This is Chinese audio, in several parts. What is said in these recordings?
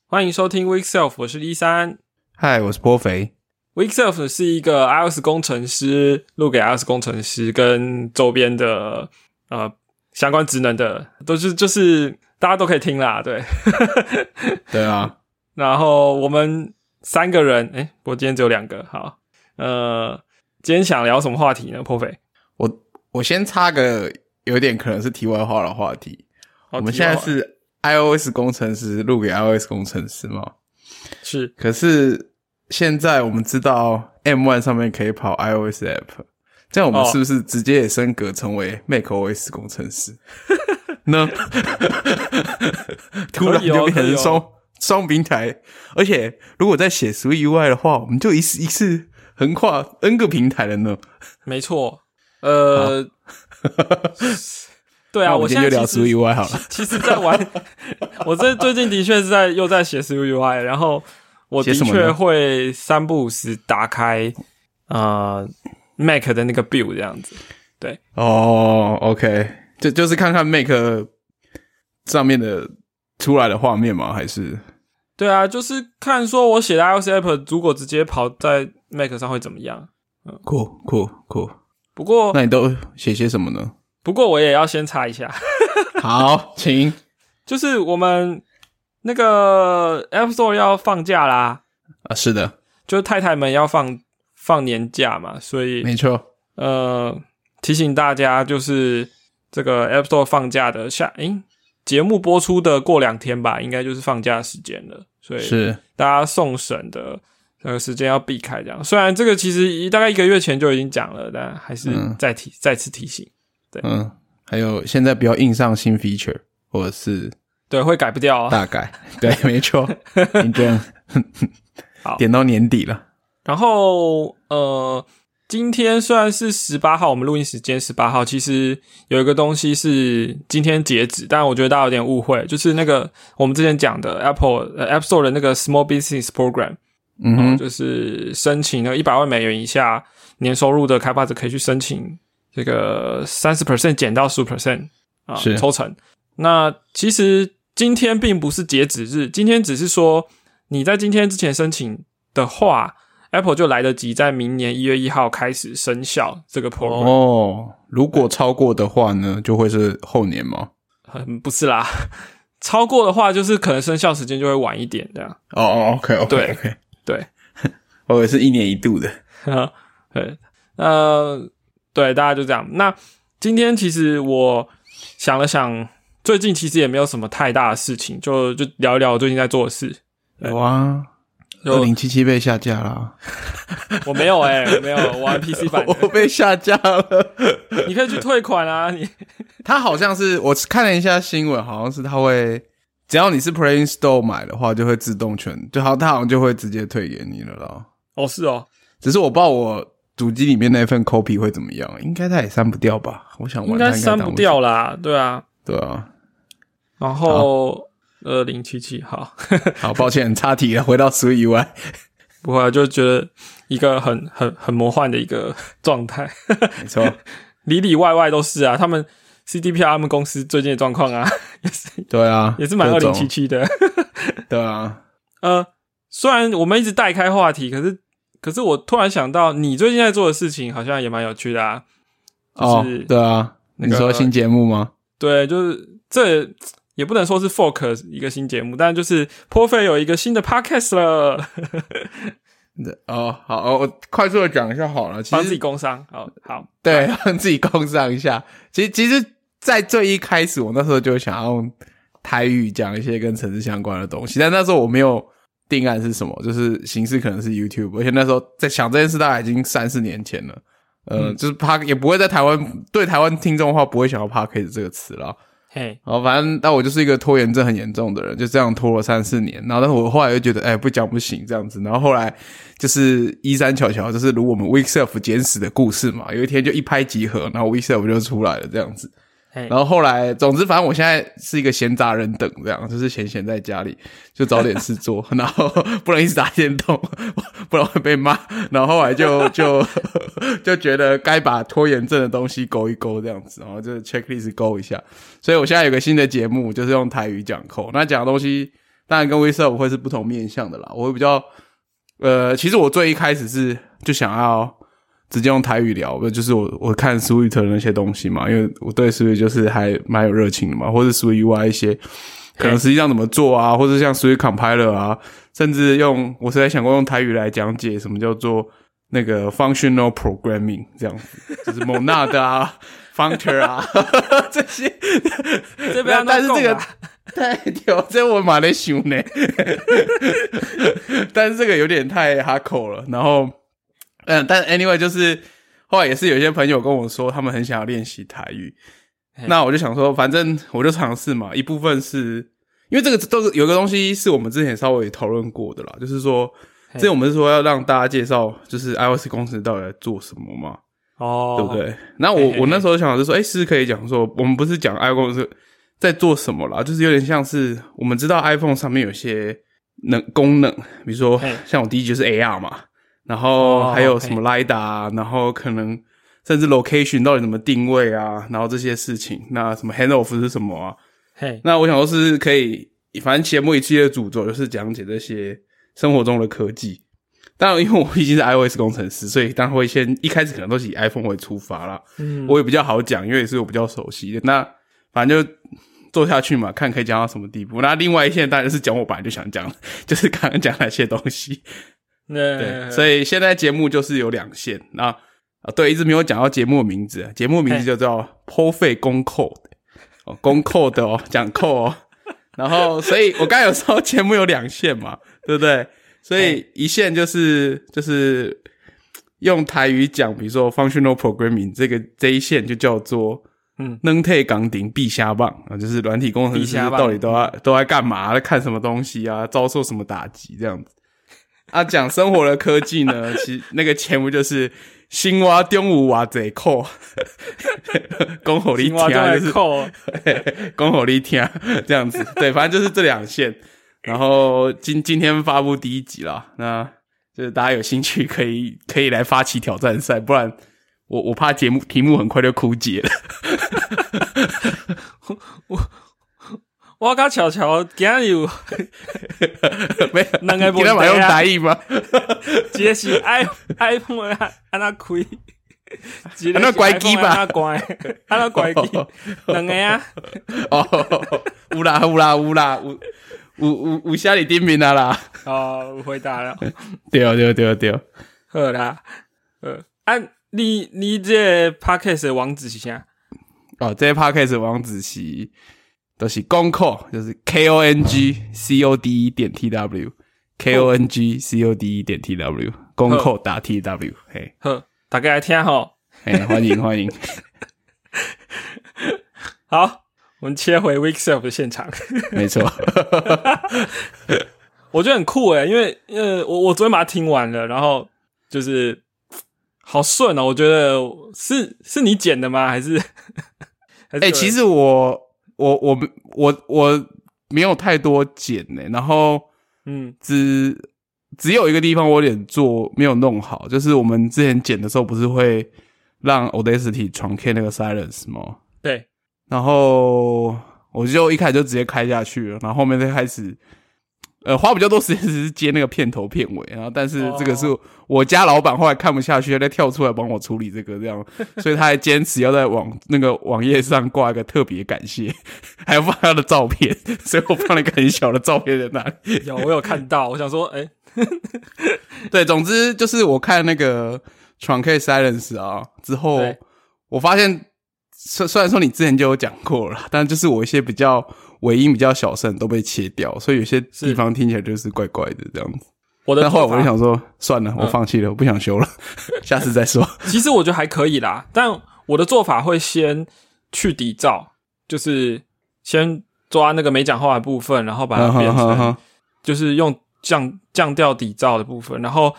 欢迎收听 Weekself， 我是13。 嗨，我是波肥。 Weekself 是一个 iOS 工程师录给 iOS 工程师跟周边的相关职能的，就是大家都可以听啦，对。 对啊。 然后我们3个人，不过今天只有2个。好，今天想聊什么话题呢？波肥， 我先插个有点可能是题外话的话题。我们现在是 iOS 工程师录给 iOS 工程师嘛？ 是。 可是现在我们知道 M1 上面可以跑 iOS app， 这样我们是不是直接也升格成为 macOS 工程师呢？突然就变成双平台，而且如果在写 SwiftUI 的话，我们就一次横跨 N 个平台了呢。 没错。对啊， 我现在就聊 SwiftUI 好了。 其实在玩，我最近的确是又在写 SwiftUI， 然后我的确会3不5时打开Mac 的那个 build 这样子。对。 OK， 就是看看 Mac 上面的出来的画面吗？还是？ 对啊，就是看说我写的 iOS app 如果直接跑在 Mac 上会怎么样。 酷。 不过那你都写些什么呢？ 不过我也要先插一下。 好，请。 就是我们那个 App Store 要放假啦。 是的。 就是太太们要放年假嘛，所以没错。 提醒大家，就是这个 App Store 放假的节目播出的过2天吧，应该就是放假时间了，所以是大家送审的这个时间要避开这样。虽然这个其实大概1个月前就已经讲了，但还是再次提醒。对。 还有现在不要硬上新 feature， 或者是对会改不掉啊。 大改。对，没错。你这样好， 点到年底了。 然后今天虽然是18号，我们录音时间18号，其实有一个东西是今天截止，但我觉得大家有点误会，就是那个我们之前讲的 App Store 的那个 Small Business Program， 就是申请了$100万以下年收入的开发者可以去申请这个 30% 减到 15% 抽成。那其实今天并不是截止日，今天只是说你在今天之前申请的话，Apple 就来得及在明年1月1号开始生效这个 program。 如果超过的话呢，就会是后年吗？ 不是啦，超过的话就是可能生效时间就会晚一点这样。 OK。 对。 我以为是1年1度的。 对。对，大家就这样。那今天其实我想了想，最近其实也没有什么太大的事情，就聊一聊我最近在做的事。 有啊，2077被下架啦。 我没有我没有，我玩 PC 版的。 我被下架了。 你可以去退款啊。 他好像是，我看了一下新闻，好像是他会，只要你是 Play Store 买的话，就会自动他好像就会直接退给你了啦。 是哦。 只是我不知道我主机里面那份 copy 会怎么样，应该他也删不掉吧？我想玩应该删不掉啦。对啊。然后2077好， 抱歉，岔题了，回到 SwiftUI。 不会啊，就觉得一个很魔幻的一个状态。 没错。 里外都是啊，他们 CDPR 他们公司最近的状况啊，也是。 对啊， 也是蛮2077的。 对啊。 虽然我们一直带开话题，可是我突然想到，你最近在做的事情好像也蛮有趣的啊。 对啊。你说新节目吗？ 对，就是这也不能说是 Fork 一个新节目，但就是波菲有一个新的 podcast 了。 好，我快速的讲一下好了。 帮自己工商。好。 对，帮自己工商一下。其实在最一开始，我那时候就想要用台语讲一些跟程式相关的东西，但那时候我没有定案是什么，就是形式可能是 YouTube， 而且那时候在想这件事大概已经3-4年前了。就是也不会在台湾，对台湾听众的话不会想到 Podcast 这个词啦。然后反正但我就是一个拖延症很严重的人，就这样拖了3-4年。然后但是我后来又觉得不讲不行这样子。然后后来就是13巧就是如我们 Weekself 简史的故事嘛，有一天就一拍即合，然后 Weekself 就出来了这样子。然后后来总之反正我现在是一个闲杂人等这样，就是闲在家里就找点事做，然后不能一直打电动，不然会被骂。然后后来就觉得该把拖延症的东西勾一勾这样子，然后就 checklist 勾一下。所以我现在有个新的节目，就是用台语讲code，那讲的东西当然跟 WeSub 会是不同面向的啦。我会比较其实我最一开始是就想要直接用台语聊，就是我看 Swift 的那些东西嘛，因为我对 Swift 就是还蛮有热情的嘛，或者 Swift UI 一些可能实际上怎么做啊，或者像 Swift Compiler 啊，甚至我实在想过用台语来讲解什么叫做那个 functional programming 这样子，就是 monad 啊functor 啊这些这边但是这个太屌，这我马在想呢但是这个有点太哈口了。然后但 anyway 就是后来也是有些朋友跟我说他们很想要练习台语，那我就想说反正我就尝试嘛。一部分是因为这个都是有一个东西是我们之前稍微讨论过的啦，就是说之前我们是说要让大家介绍就是 iOS 公司到底在做什么嘛，对不对？那我那时候想的是说是可以讲说我们不是讲 iOS 公司在做什么啦，就是有点像是我们知道 iPhone 上面有些功能，比如说像我第一集就是 AR 嘛，然后还有什么 LiDAR 啊，然后可能甚至 location 到底怎么定位啊，然后这些事情，那什么 handoff 是什么啊，那我想说是可以反正节目一系列的主轴就是讲解这些生活中的科技。当然因为我毕竟是 iOS 工程师，所以当然会先一开始可能都是以 iPhone 为出发啦，我也比较好讲，因为也是我比较熟悉的。那反正就做下去嘛，看可以讲到什么地步。那另外一线当然是讲我本来就想讲，就是刚刚讲那些东西。对，所以现在节目就是有2线。那对，一直没有讲到节目的名字，节目名字就叫颇费公扣的公扣的讲扣哦。然后所以我刚才有说节目有2线嘛，对不对？所以一线就是用台语讲，比如说 functional programming 这一线就叫做能退岗顶必瞎棒啊，就是软体工程师到底都在干嘛，在看什么东西啊，遭受什么打击这样子。讲生活的科技呢，其实那个节目就是新蛙中有偌济苦，讲给你听就是讲给你听这样子。对，反正就是这2线。然后今天发布第1集啦，那就是大家有兴趣可以来发起挑战赛，不然我怕题目很快就枯竭了。 我甲巧巧今日有没有两个问题，今天嘛用台语吗？ 一个是 iPhone 安那开，一个是关机吧？ 安那关，安那关机，两个啊。 有啦，有写伫顶面啊啦。 有回答了。 对。 好啦，你这 podcast 的网址是啥？ 这 podcast 的网址是都是公扣，就是 KONGCODE.TW KONGCODE.TW 公扣打 TW 嘿。 好，大家来听齁。 欢迎。 好，我们切回 WeSub 的现场。 没错。 我觉得很酷因为我昨天把它听完了，然后就是好顺我觉得是你剪的吗？还是其实我没有太多剪然后只有一个地方我有点做没有弄好，就是我们之前剪的时候不是会让 Audacity truncate 那个 silence 吗？ 对， 然后我就一开始就直接开下去了，然后后面再开始花比较多时间只是接那个片头片尾，然后但是这个是我家老板后来看不下去，他再跳出来帮我处理这个这样，所以他还坚持要在那个网页上挂一个特别感谢，还要放他的照片，所以我放了一个很小的照片在那里。 我有看到，我想说对，总之就是我看那个 truncate silence 之后，我发现虽然说你之前就有讲过了，但就是我一些比较尾音比较小声都被切掉，所以有些地方听起来就是怪怪的这样子。但后来我就想说算了，我放弃了，我不想修了，下次再说。 其实我觉得还可以啦，但我的做法会先去底噪，就是先抓那个没讲话的部分，然后把它变成就是用降调底噪的部分，然后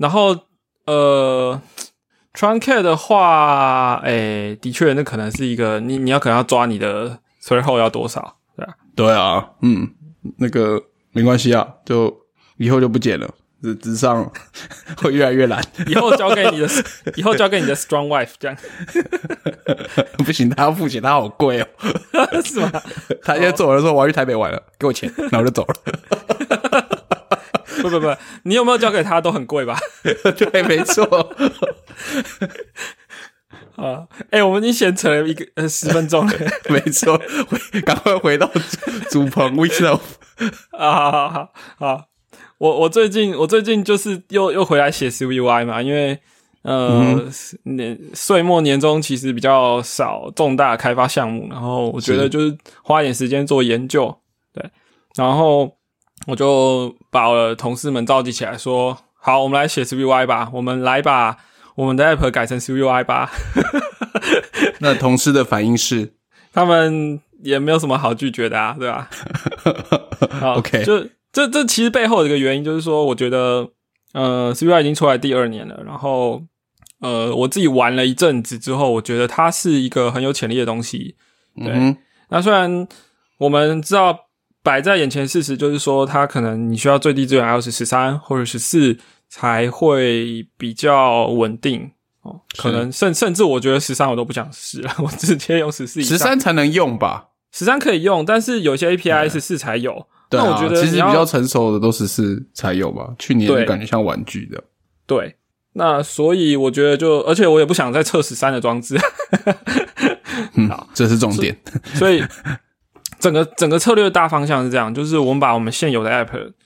truncate 的话的确那可能是一个你可能要抓你的 threshold 要多少，对啊， 那个没关系啊，就以后就不剪了， 纸上会越来越懒。 以后交给你的Strong Wife 这样。 不行，他要付钱，他好贵哦。 是吗？ 他现在走的时候，我要去台北玩了，给我钱，然后我就走了。 不，你有没有交给他都很贵吧？ 对，没错。 啊，我们已经闲扯了10分钟了。 没错，赶快回到主棚 ，Weekself。 好，我最近就是又回来写 CVY 嘛，因为岁末年终其实比较少重大开发项目，然后我觉得就是花一点时间做研究，对，然后我就把我的同事们召集起来说，好，我们来写 CVY 吧，我们来把我们的 app 改成 CVY 吧。 那同事的反应是， 他们也没有什么好拒绝的啊，对吧？好 OK， 就这其实背后有一个原因，就是说，我觉得CVY 已经出来第2年了，然后我自己玩了一阵子之后，我觉得它是一个很有潜力的东西。对，那虽然我们知道摆在眼前的事实就是说，它可能你需要最低资源 iOS 13或者14才会比较稳定。可能甚至我觉得13我都不想试了，我直接用14以上。 13才能用吧 ？13可以用，但是有些 API 是14才有。 对那我觉得其实比较成熟的都14才有吧。去年就感觉像玩具的。 对，那所以我觉得而且我也不想再测13的装置。好， 这是重点。 所以整个策略的大方向是这样，就是我们把我们现有的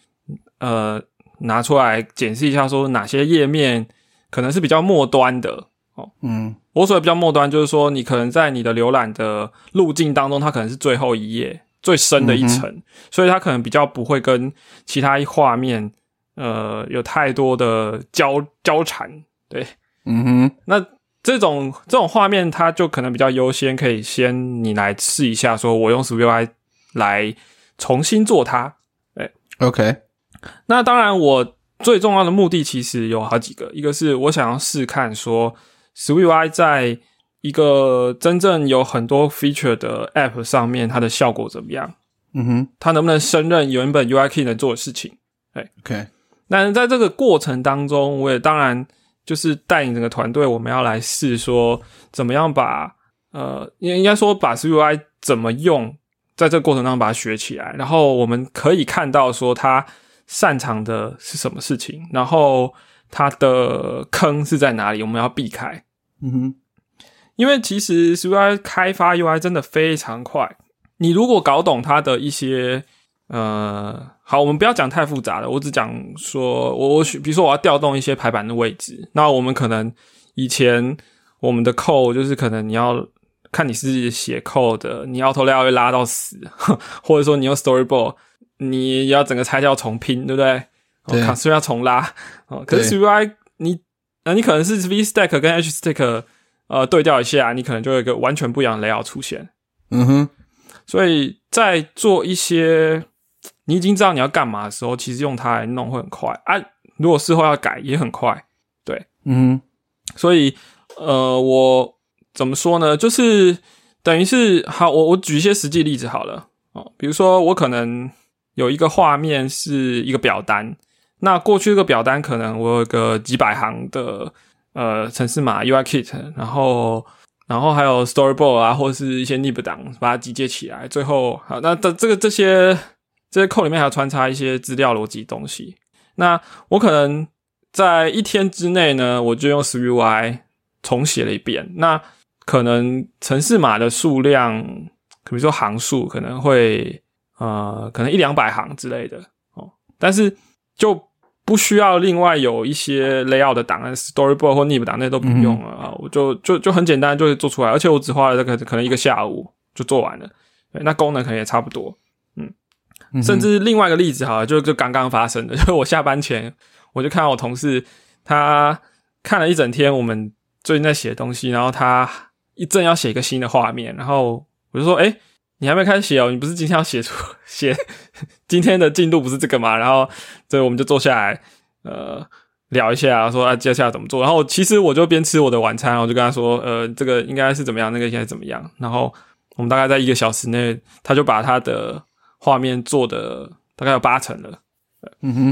app 拿出来检视一下，说哪些页面可能是比较末端的。我所谓比较末端，就是说你可能在你的浏览的路径当中，它可能是最后一页最深的一层，所以它可能比较不会跟其他画面有太多的交缠。对，那这种画面它就可能比较优先，可以先你来试一下，说我用 SwiftUI 来重新做它。对 ，OK。 那当然，我最重要的目的其实有好几个，一个是我想要试看说 SwiftUI 在一个真正有很多 feature 的 app 上面它的效果怎么样。它能不能胜任原本 UIKit 能做的事情。 OK。 但在这个过程当中，我也当然就是带领整个团队，我们要来试说怎么样把应该说把 SwiftUI 怎么用，在这个过程当中把它学起来，然后我们可以看到说它擅长的是什么事情，然后它的坑是在哪里，我们要避开。因为其实 SwiftUI 开发 UI 真的非常快，你如果搞懂它的一些好，我们不要讲太复杂的，我只讲说比如说我要调动一些排版的位置，那我们可能以前我们的 code 就是可能你要看你是写 code 的，你 auto layout 会拉到死，或者说你用 storyboard 你要整个拆掉重拼，对不对？ 对 ，Ctrl 要重拉。可是 SwiftUI 你可能是 VStack 跟 HStack 对调一下，你可能就有一个完全不一样的 layout 出现。所以在做一些你已经知道你要干嘛的时候，其实用它来弄会很快啊。如果事后要改也很快，对，所以我怎么说呢？就是等于是好，我举一些实际例子好了比如说我可能有一个画面是一个表单，那过去这个表单可能我有个几百行的程式码 UIKit， 然后还有 storyboard 啊，或者是一些 nib 档把它集结起来，最后好，那这些 code 里面还要穿插一些资料逻辑东西。那我可能在1天之内呢，我就用 SwiftUI 重写了一遍。那可能程式码的数量，比如说行数可能会可能100-200行之类的但是就不需要另外有一些 layout 的档案 storyboard 或 nib 档那都不用了我就很简单就会做出来，而且我只花了可能1个下午就做完了。对，那功能可能也差不多。甚至另外一个例子好了，就刚刚发生的，就是我下班前我就看到我同事他看了一整天我们最近在写的东西，然后他正要写一个新的画面，然后我就说你还没开始写你不是今天要写今天的进度不是这个吗？然后所以我们就坐下来聊一下，说接下来怎么做。然后其实我就边吃我的晚餐，我就跟他说这个应该是怎么样，那个应该是怎么样。然后我们大概在1个小时内，他就把他的画面做的大概有80%了。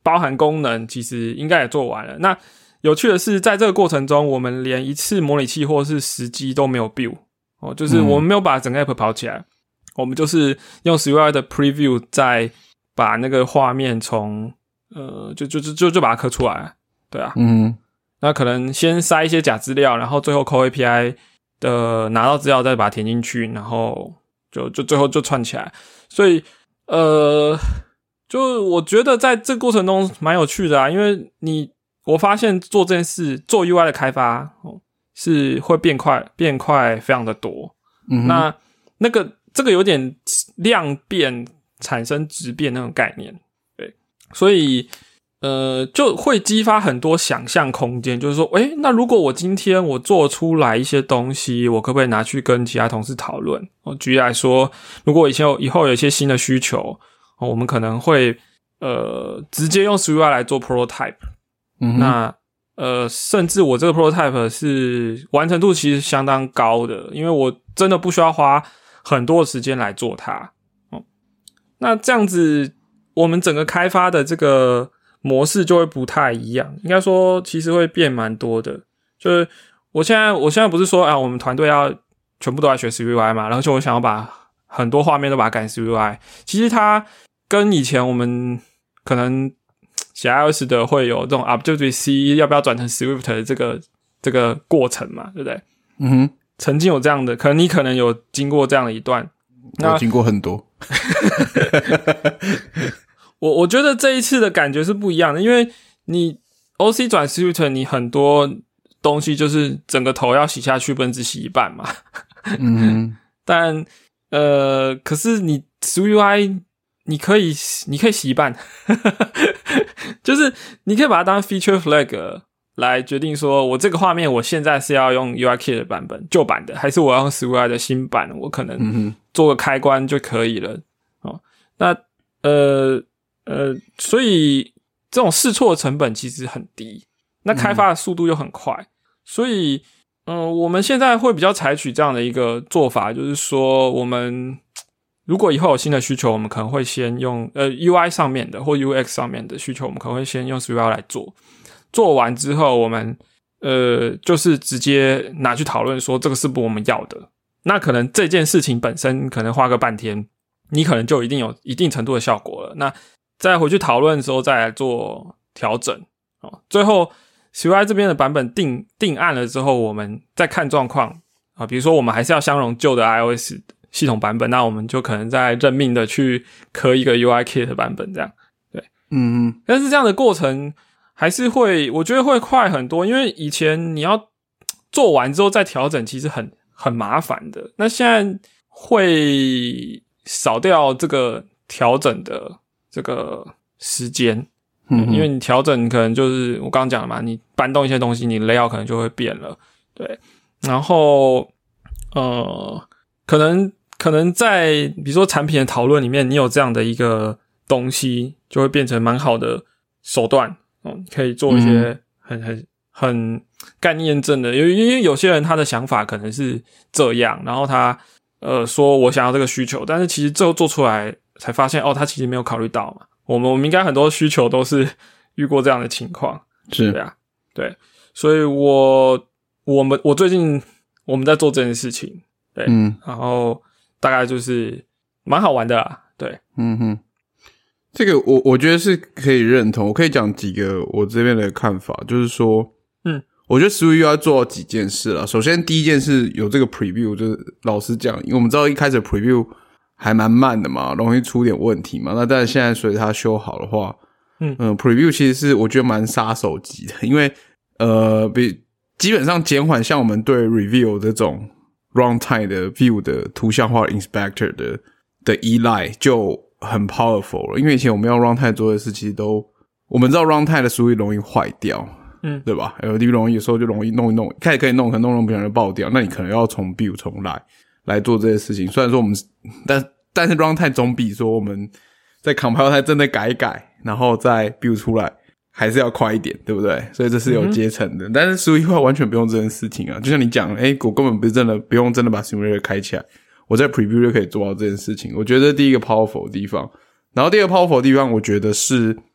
包含功能其实应该也做完了。那有趣的是，在这个过程中，我们连一次模拟器或是时机都没有 build 就是我们没有把整个 app 跑起来，我们就是用 SwiftUI 的 preview 再把那个画面从就把它刻出来，对啊，那可能先塞一些假资料，然后最后 call API 的拿到资料再把它填进去，然后就最后就串起来。所以就我觉得在这个过程中蛮有趣的啊，因为我发现做这件事做 UI 的开发是会变快非常的多。这个有点量变产生质变那种概念，对，所以就会激发很多想象空间，就是说那如果我今天我做出来一些东西，我可不可以拿去跟其他同事讨论？举例来说，如果以后有一些新的需求，我们可能会直接用 SwiftUI 来做 prototype。那甚至我这个 prototype 是完成度其实相当高的，因为我真的不需要花很多的时间来做它。那这样子我们整个开发的这个模式就会不太一样，应该说其实会变蛮多的。就是我现在不是说我们团队要全部都来学 SwiftUI 嘛，然后就我想要把很多画面都把它改 SwiftUI， 其实它跟以前我们可能写 iOS 的会有这种 Objective-C 要不要转成 Swift 的这个过程嘛，对不对？曾经有这样的，你可能有经过这样的一段， 我经过很多。 我觉得这一次的感觉是不一样的，因为你 OC 转 Swift 你很多东西就是整个头要洗下去，不能只洗一半嘛。但可是你 SwiftUI 你可以洗一半。就是你可以把它当 feature flag 来决定说我这个画面我现在是要用 UIKit 的版本旧版的，还是我要用 SwiftUI 的新版，我可能做个开关就可以了。那所以这种试错的成本其实很低，那开发的速度又很快，所以我们现在会比较采取这样的一个做法，就是说我们如果以后有新的需求，我们可能会先用UI 上面的或 UX 上面的需求，我们可能会先用 SwiftUI 来做完之后，我们就是直接拿去讨论说这个是不是我们要的。那可能这件事情本身可能花个半天，你可能就一定有一定程度的效果了。那再回去讨论的时候再来做调整。最后 SwiftUI 这边的版本定案了之后，我们再看状况比如说我们还是要相容旧的 iOS 系统版本，那我们就可能再认命的去刻一个 UIKit 的版本这样。对，但是这样的过程还是我觉得会快很多，因为以前你要做完之后再调整其实很麻烦的，那现在会少掉这个调整的这个时间。因为你调整可能就是我刚刚讲的嘛，你搬动一些东西，你 layout 可能就会变了。对，然后可能在比如说产品的讨论里面，你有这样的一个东西，就会变成蛮好的手段。可以做一些很概念验证的，因为有些人他的想法可能是这样，然后他说我想要这个需求，但是其实最后做出来才发现他其实没有考虑到嘛。我们应该很多需求都是遇过这样的情况， 是对啊，对，所以我最近我们在做这件事情，对，然后大概就是蛮好玩的啦，对， 这个我觉得是可以认同，我可以讲几个我这边的看法，就是说，我觉得 SwiftUI 要做到几件事啦。首先第一件事有这个 preview， 就是老实讲，因为我们知道一开始 preview 还蛮慢的嘛，容易出点问题嘛。那但是现在随着它修好的话，preview 其实是我觉得蛮杀手级的，因为基本上减缓像我们对 review 这种 runtime 的 view 的图像化 inspector 的依赖就很 powerful 了。因为以前我们要 runtime 做的事其实我们知道 runtime 的属于容易坏掉，对吧 ？LD 容易有时候就容易弄一弄，开始可以弄，可能弄不小心就爆掉，那你可能要从 build 重来做这些事情。虽然说我们但是 runtime 总比说我们在 compile 它真的改一改，然后再 build 出来还是要快一点，对不对？所以这是有阶层的。但是 SwiftUI 完全不用这件事情啊，就像你讲，我根本不用真的把 simulator 开起来，我在 preview 就可以做到这件事情。我觉得这是第一个 powerful 的地方。然后第二个 powerful 的地方，我觉得是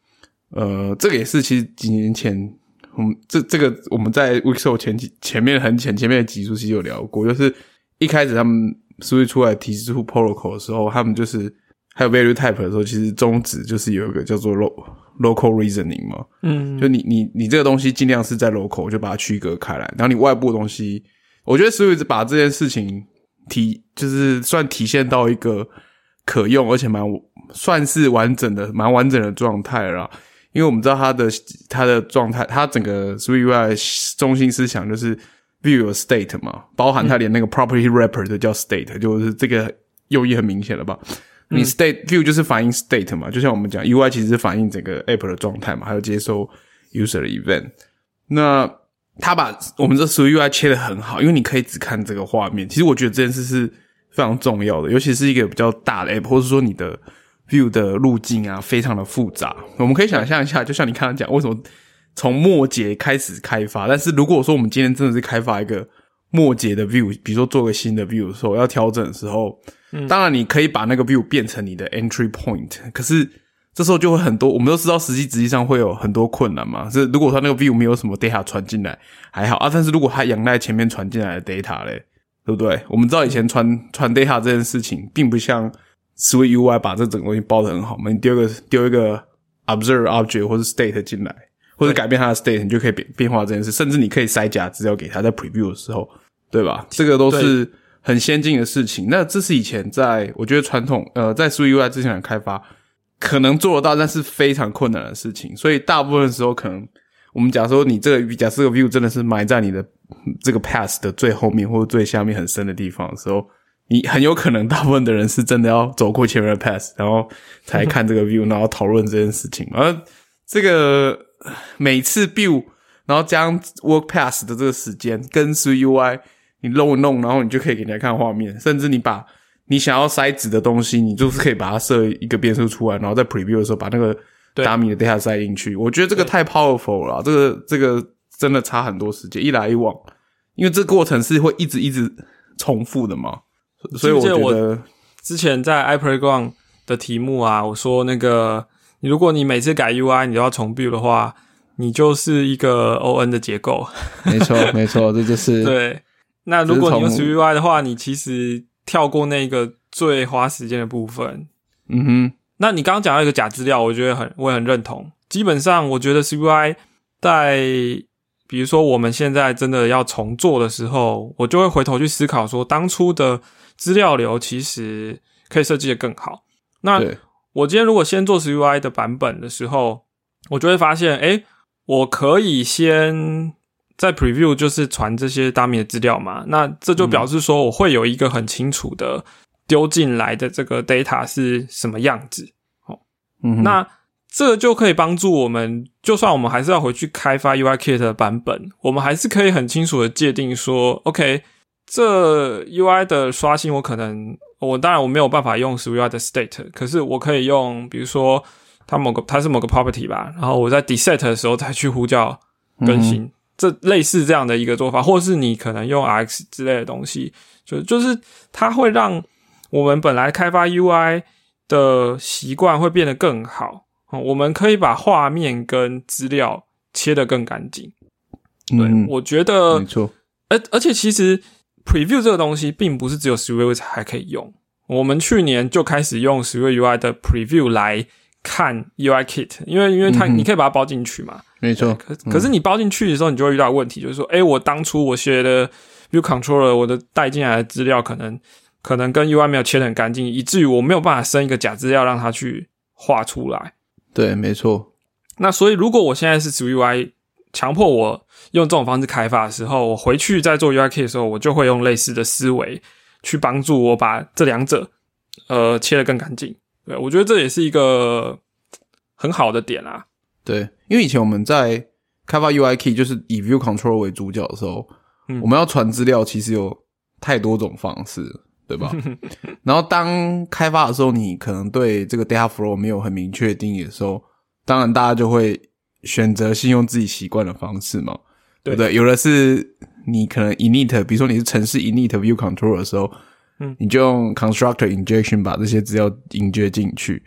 这个也是其实几年前这个我们在 Wixo 前面的集数其实有聊过，就是一开始他们 Sui 出来提出 protocol 的时候，他们就是还有 value type 的时候，其实宗旨就是有一个叫做 local reasoning 嘛，就你这个东西尽量是在 local 就把它区隔开来，然后你外部的东西，我觉得 Sui 把这件事情就是算体现到一个可用而且算是蛮完整的状态了啦。因为我们知道它的状态，它整个 Sui UI 的中心思想就是 view 有 state 嘛，包含它连那个 property wrapper 都叫 state， 就是这个用意很明显了吧？你 state view 就是反映 state 嘛，就像我们讲 UI 其实是反映整个 app 的状态嘛，还有接收 user 的 event。那它把我们这 Sui UI 切得很好，因为你可以只看这个画面。其实我觉得这件事是非常重要的，尤其是一个比较大的 app， 或者说你的view 的路径啊非常的复杂，我们可以想象一下，就像你刚刚讲为什么从末节开始开发，但是如果说我们今天真的是开发一个末节的 view， 比如说做个新的 view 的时候要调整的时候，当然你可以把那个 view 变成你的 entry point， 可是这时候就会很多，我们都知道实际上会有很多困难嘛，是如果它那个 view 没有什么 data 传进来还好啊，但是如果它仰赖前面传进来的 data 咧，对不对？我们知道以前传 data 这件事情并不像Sui UI 把这整个东西包得很好嘛，你丢一个 observe object 或是 state 进来，或者改变它的 state， 你就可以变化这件事，甚至你可以塞假资料给它在 preview 的时候，对吧？这个都是很先进的事情。那这是以前在我觉得传统在 Sui UI 之前的开发可能做得到，但是非常困难的事情。所以大部分的时候可能我们假设你假设这个 view 真的是埋在你的这个 path 的最后面或者最下面很深的地方的时候，你很有可能大部分的人是真的要走过前面的 path， 然后才看这个 view， 然后讨论这件事情。而这个每次 build， 然后加上 work path 的这个时间跟 Sui UI 你弄一弄，然后你就可以给人家看画面，甚至你把你想要塞值的东西，你就是可以把它设一个变数出来，然后在 preview 的时候把那个dummy 的 data 塞进去。我觉得这个太 powerful 了，这个真的差很多时间，一来一往，因为这个过程是会一直重复的嘛。所以我觉得之前在 iPlayground 的题目啊，我说那个如果你每次改 UI 你都要重 build 的话，你就是一个 ON 的结构。 没错，这就是对。那如果你用 Sui UI 的话，你其实跳过那个最花时间的部分。那你刚刚讲到一个假资料，我觉得我也很认同。基本上我觉得 Sui UI 在比如说我们现在真的要重做的时候，我就会回头去思考说当初的资料流其实可以设计得更好。那我今天如果先做 Sui UI 的版本的时候，我就会发现我可以先在 preview 就是传这些 dummy 的资料嘛，那这就表示说我会有一个很清楚的丢进来的这个 data 是什么样子。那这就可以帮助我们，就算我们还是要回去开发 UIKit 的版本，我们还是可以很清楚的界定说 OK， 这 UI 的刷新当然我没有办法用 Sui UI 的 state， 可是我可以用比如说它是某个 property 吧，然后我在 deset 的时候再去呼叫更新，这类似这样的一个做法，或是你可能用 RX 之类的东西，就是它会让我们本来开发 UI 的习惯会变得更好。我们可以把画面跟资料切得更干净。对，我觉得没错。 而且其实 preview 这个东西并不是只有 Sui UI 才可以用，我们去年就开始用 Sui UI 的 preview 来看 UIKit， 因为它你可以把它包进去嘛。 没错。 可是你包进去的时候，你就会遇到问题，就是说我当初我写的 view controller 我的带进来的资料可能跟 UI 没有切得很干净，以至于我没有办法生一个假资料让它去画出来。 对，没错。 那所以如果我现在是 Sui UI 强迫我用这种方式开发的时候，我回去在做 UIKit 的时候，我就会用类似的思维去帮助我把这两者切得更干净。对，我觉得这也是一个很好的点啊。 对，因为以前我们在开发 UIKit 就是以 View Control 为主角的时候，我们要传资料其实有太多种方式，对吧？然后当开发的时候，你可能对这个 data flow 没有很明确定义的时候，当然大家就会选择性用自己习惯的方式嘛，对不对？有的是你可能 init， 比如说你是程式 init view control 的时候，你就用 constructor injection 把这些资料 inject 进去。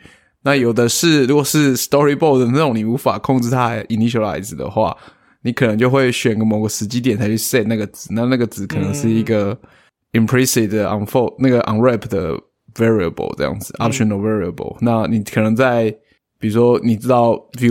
那有的是如果是 storyboard 的那种你无法控制它 initialize 的话，你可能就会选个某个时机点才去 set 那个值，那个值可能是一个 implicit 的 unfold 那个 unwrap 的 variable 这样子 optional variable， 那你可能在比如说你知道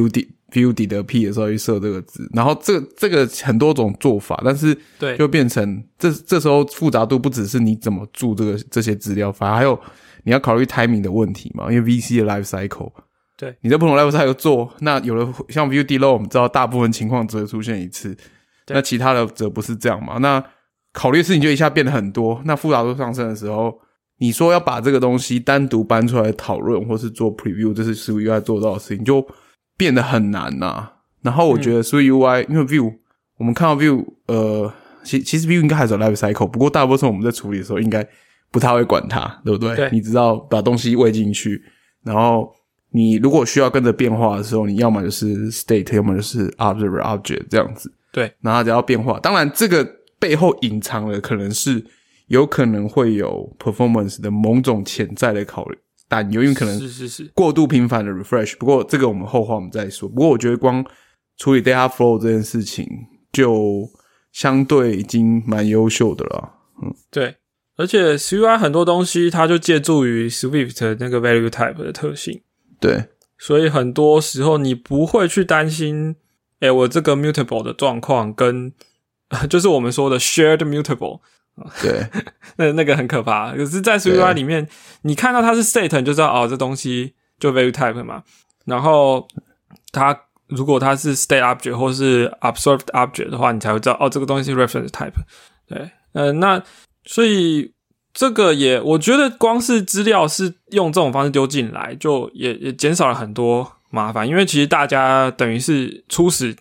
view 底的 p 的时候去设这个值，然后这个很多种做法，但是对， 就变成这时候复杂度不只是你怎么注这些资料，反而还有你要考虑 timing 的问题嘛，因为 VC 的 life cycle， 对， 你在不同 life cycle 做，那有的像 view deload 我们知道大部分情况只会出现一次，那其他的则不是这样嘛，那考虑的事情就一下变得很多，那复杂度上升的时候，你说要把这个东西单独搬出来讨论或是做 preview， 这是 Swift UI 做到的事情就变得很难然后我觉得 Swift UI 因为 view 我们看到 view 其实 view 应该还是有 life cycle， 不过大部分我们在处理的时候应该不太会管它，对不对？ 对， 你知道把东西喂进去，然后你如果需要跟着变化的时候，你要么就是 state， 要么就是 observer object 这样子。 对， 然后它只要变化，当然这个背后隐藏的可能是有可能会有 performance 的某种潜在的考虑担忧，因为可能是过度频繁的 refresh， 不过这个我们后话我们再说。不过我觉得光处理 data flow 这件事情就相对已经蛮优秀的了。 对，而且 SwiftUI 很多东西它就借助于 Swift 的那个 value type 的特性。 对， 所以很多时候你不会去担心我这个 mutable 的状况跟就是我们说的 shared mutable， 对那个很可怕。可是在 SwiftUI 里面你看到它是 state 你就知道这东西就 value type 嘛，然后它如果它是 state object 或是 observed object 的话，你才会知道这个东西是 reference type。 对，那所以这个我觉得光是资料是用这种方式丢进来就也减少了很多麻烦，因为其实大家等于是初始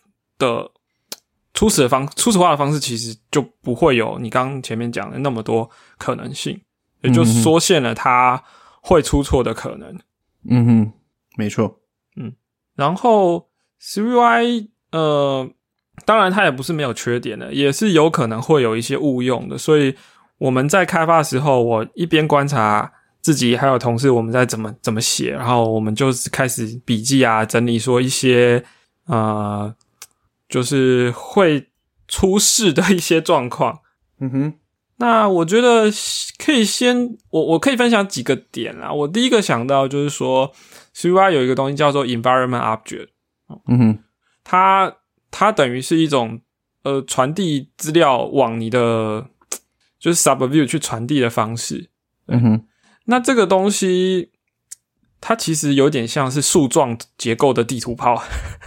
化的方式其实就不会有你刚刚前面讲的那么多可能性，也就缩限了它会出错的可能。 嗯哼，没错。 然后 SwiftUI 当然它也不是没有缺点的，也是有可能会有一些误用的，所以我们在开发的时候，我一边观察自己还有同事我们在怎么写，然后我们就是开始笔记整理说一些就是会出事的一些状况。那我觉得可以我可以分享几个点啦。我第一个想到就是说 SwiftUI 有一个东西叫做 environment object。它等于是一种传递资料往你的就是 subview 去传递的方式。那这个东西它其实有点像是树状结构的地图炮。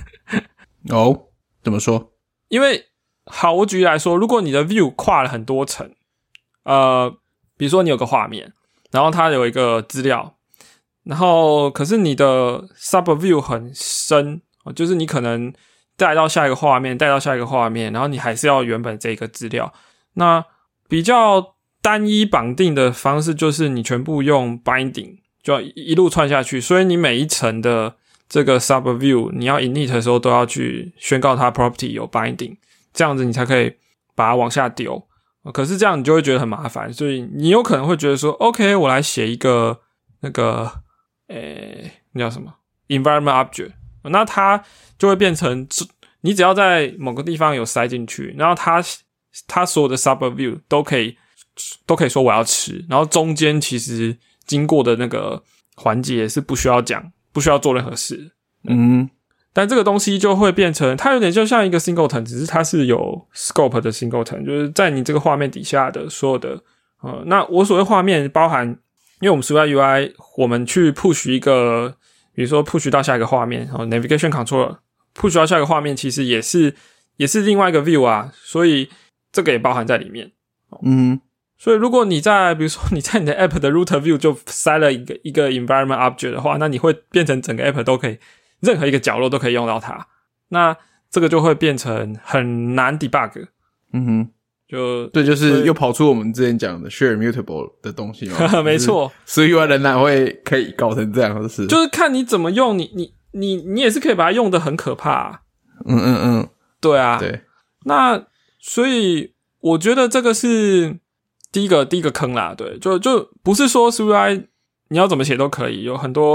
怎么说？ 因为好，我举例来说，如果你的 view 跨了很多层，比如说你有个画面，然后它有一个资料，然后可是你的 subview 很深，就是你可能带到下一个画面，然后你还是要原本这个资料。那比较单一绑定的方式就是你全部用 binding， 就一路串下去，所以你每一层的这个 subview 你要 init 的时候都要去宣告它 property 有 binding， 这样子你才可以把它往下丢。可是这样你就会觉得很麻烦，所以你有可能会觉得说 OK 我来写一个那个那叫什么 environment object， 那它就会变成你只要在某个地方有塞进去，然后它所有的 subview 都可以说我要吃，然后中间其实经过的那个环节是不需要做任何事。但这个东西就会变成它有点就像一个 singleton， 只是它是有 scope 的 singleton， 就是在你这个画面底下的所有的那我所谓画面包含，因为我们 SwiftUI UI 我们去 push 一个比如说 push 到下一个画面navigation controller push 到下一个画面其实也是另外一个 view 所以这个也包含在里面。所以如果你比如说你在你的 app 的 root view 就塞了一个 environment object 的话，那你会变成整个 app 都可以任何一个角落都可以用到它，那这个就会变成很难 debug。对， 就是又跑出我们之前讲的 share mutable 的东西嘛。 没错， 所以原来人会可以搞成这样的事， 就是看你怎么用，你也是可以把它用得很可怕。对啊， 对。 那所以我觉得这个是第一个坑啦。对，就不是说 SwiftUI 你要怎么写都可以，有很多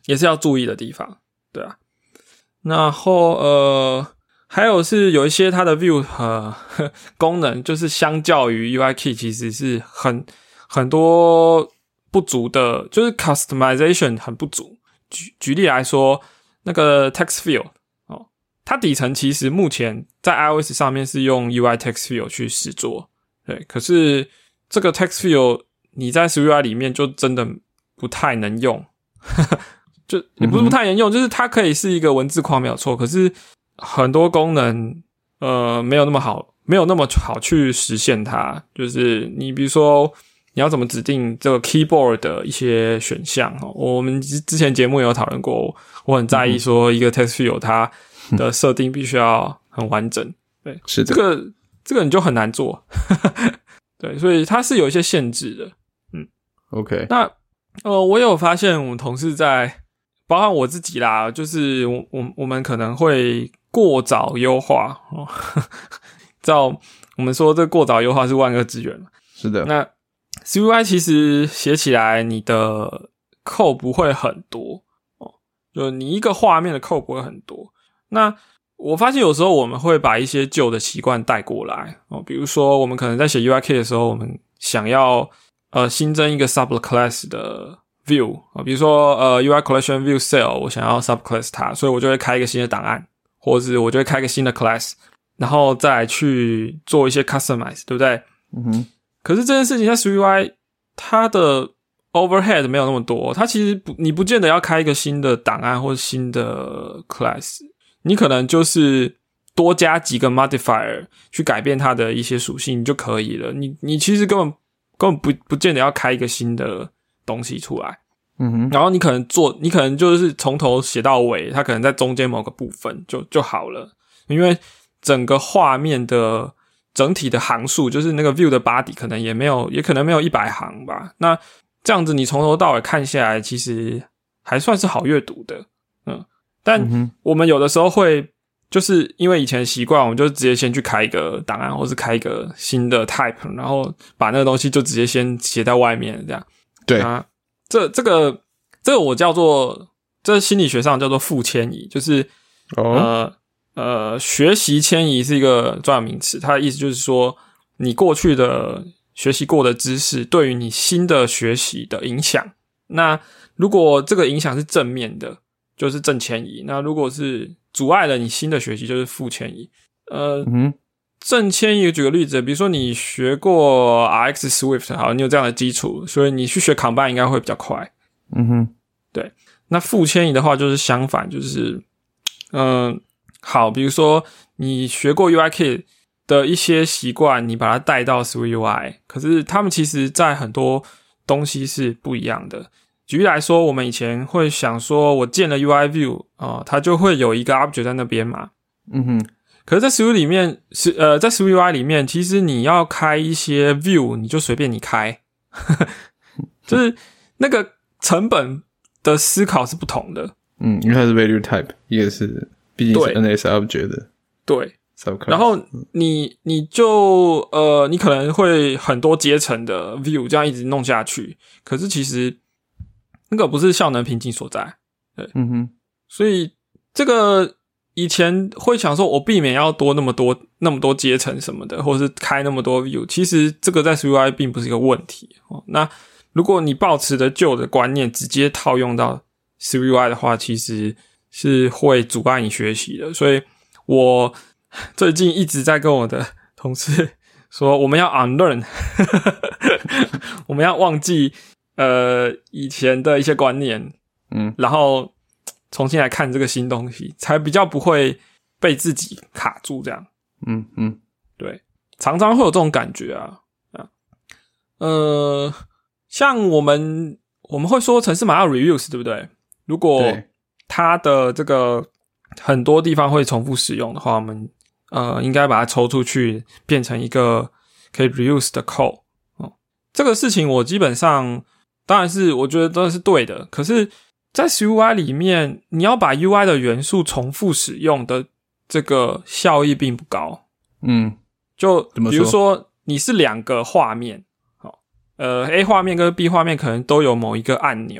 也是要注意的地方，对啊。然后还有是有一些它的 view 功能，就是相较于 UIKit 其实是很多不足的，就是 customization 很不足。举例来说，那个 text field 它底层其实目前在 iOS 上面是用 UI text field 去实作，对，可是这个 text field 你在 SwiftUI 里面就真的不太能用，就也不是不太能用，就是它可以是一个文字框没有错，可是很多功能没有那么好去实现它，就是你比如说你要怎么指定这个 keyboard 的一些选项，我们之前节目也有讨论过，我很在意说一个 text field 它的设定必须要很完整，对， 是的， 这个你就很难做，对，所以它是有一些限制的 ，OK， 那我有发现我们同事在，包含我自己啦，就是我们可能会过早优化照我们说这过早优化是万恶之源嘛， 是的。 那 SwiftUI 其实写起来你的code不会很多就你一个画面的code不会很多。那我发现有时候我们会把一些旧的习惯带过来比如说我们可能在写 UIKit 的时候，我们想要新增一个 subclass 的 view 比如说UI collection view cell 我想要 subclass 它，所以我就会开一个新的档案，或者是我就会开一个新的 class， 然后再来去做一些 customize， 对不对？可是这件事情在 SwiftUI 它的 overhead 没有那么多，它其实你不见得要开一个新的档案或者新的 class， 你可能就是多加几个 modifier 去改变它的一些属性就可以了，你其实根本不见得要开一个新的东西出来，然后你可能就是从头写到尾，它可能在中间某个部分就好了，因为整个画面的整体的行数，就是那个 view 的 body 可能也可能没有100行吧，那这样子你从头到尾看下来其实还算是好阅读的，但我们有的时候会就是因为以前习惯，我们就直接先去开一个档案，或是开一个新的 type， 然后把那个东西就直接先写在外面，这样。 对啊，这个我叫做，这心理学上叫做负迁移，就是学习迁移是一个专有名词，它的意思就是说，你过去的学习过的知识对于你新的学习的影响。那如果这个影响是正面的，就是正迁移；那如果是阻碍了你新的学习，就是负迁移。正迁移举个例子，比如说你学过 RX Swift， 好，你有这样的基础，所以你去学 Combine 应该会比较快。对。那负迁移的话就是相反，就是好，比如说你学过 UIKit 的一些习惯，你把它带到 SwiftUI， 可是他们其实在很多东西是不一样的。举例来说，我们以前会想说我建了 UI view 它就会有一个 object 在那边嘛。可是在 Swift 里面在 SwiftUI 里面，其实你要开一些 view 你就随便你开就是那个成本的思考是不同的。 因为它是 value type， 一个是毕竟是 NS object 的。 对。然后你就你可能会很多阶层的 view 这样一直弄下去，可是其实那个不是效能瓶颈所在。对。所以这个以前会想说我避免要多那么多阶层什么的，或者是开那么多 view， 其实这个在 SwiftUI 并不是一个问题那如果你抱持的旧的观念直接套用到 SwiftUI 的话，其实是会阻碍你学习的。所以我最近一直在跟我的同事说，我们要 unlearn 我们要忘记以前的一些观念，然后重新来看这个新东西，才比较不会被自己卡住这样。对，常常会有这种感觉像我们会说程式码要 reuse， 对不对？如果它的这个很多地方会重复使用的话，我们应该把它抽出去变成一个可以 reuse 的 code。这个事情我基本上当然是我觉得都是对的，可是在 SwiftUI 里面你要把 UI 的元素重复使用的这个效益并不高。就比如说你是两个画面A 画面跟 B 画面可能都有某一个按钮，